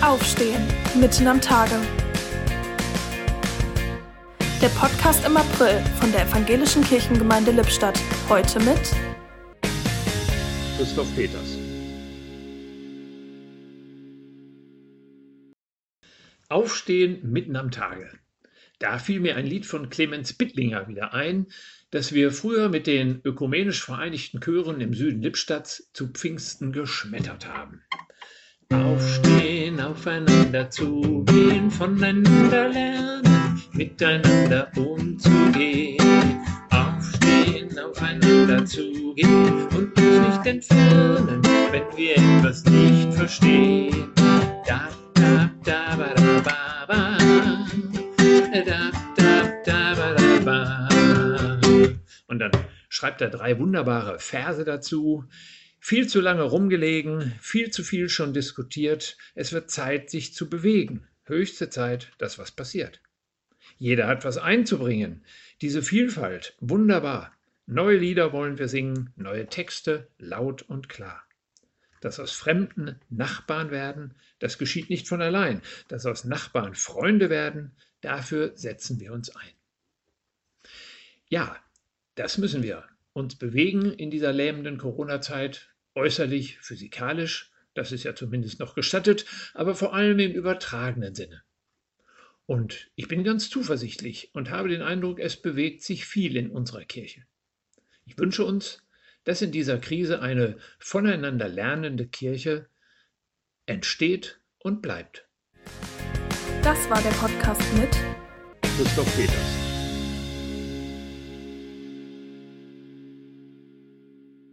Aufstehen, mitten am Tage. Der Podcast im April von der Evangelischen Kirchengemeinde Lippstadt. Heute mit Christoph Peters. Aufstehen mitten am Tage. Da fiel mir ein Lied von Clemens Bittlinger wieder ein, das wir früher mit den ökumenisch vereinigten Chören im Süden Lippstadts zu Pfingsten geschmettert haben. Aufstehen, aufeinander zugehen, voneinander lernen, miteinander umzugehen. Aufstehen, aufeinander zugehen und uns nicht entfernen, wenn wir etwas nicht verstehen. Da, da, da, ba, da, ba, ba. Da, da, da, ba, da, ba. Und dann schreibt er 3 wunderbare Verse dazu. Viel zu lange rumgelegen, viel zu viel schon diskutiert. Es wird Zeit, sich zu bewegen. Höchste Zeit, dass was passiert. Jeder hat was einzubringen. Diese Vielfalt, wunderbar. Neue Lieder wollen wir singen, neue Texte, laut und klar. Dass aus Fremden Nachbarn werden, das geschieht nicht von allein. Dass aus Nachbarn Freunde werden, dafür setzen wir uns ein. Ja, das müssen wir. Uns bewegen in dieser lähmenden Corona-Zeit, äußerlich, physikalisch, das ist ja zumindest noch gestattet, aber vor allem im übertragenen Sinne. Und ich bin ganz zuversichtlich und habe den Eindruck, es bewegt sich viel in unserer Kirche. Ich wünsche uns, dass in dieser Krise eine voneinander lernende Kirche entsteht und bleibt. Das war der Podcast mit Christoph Peters.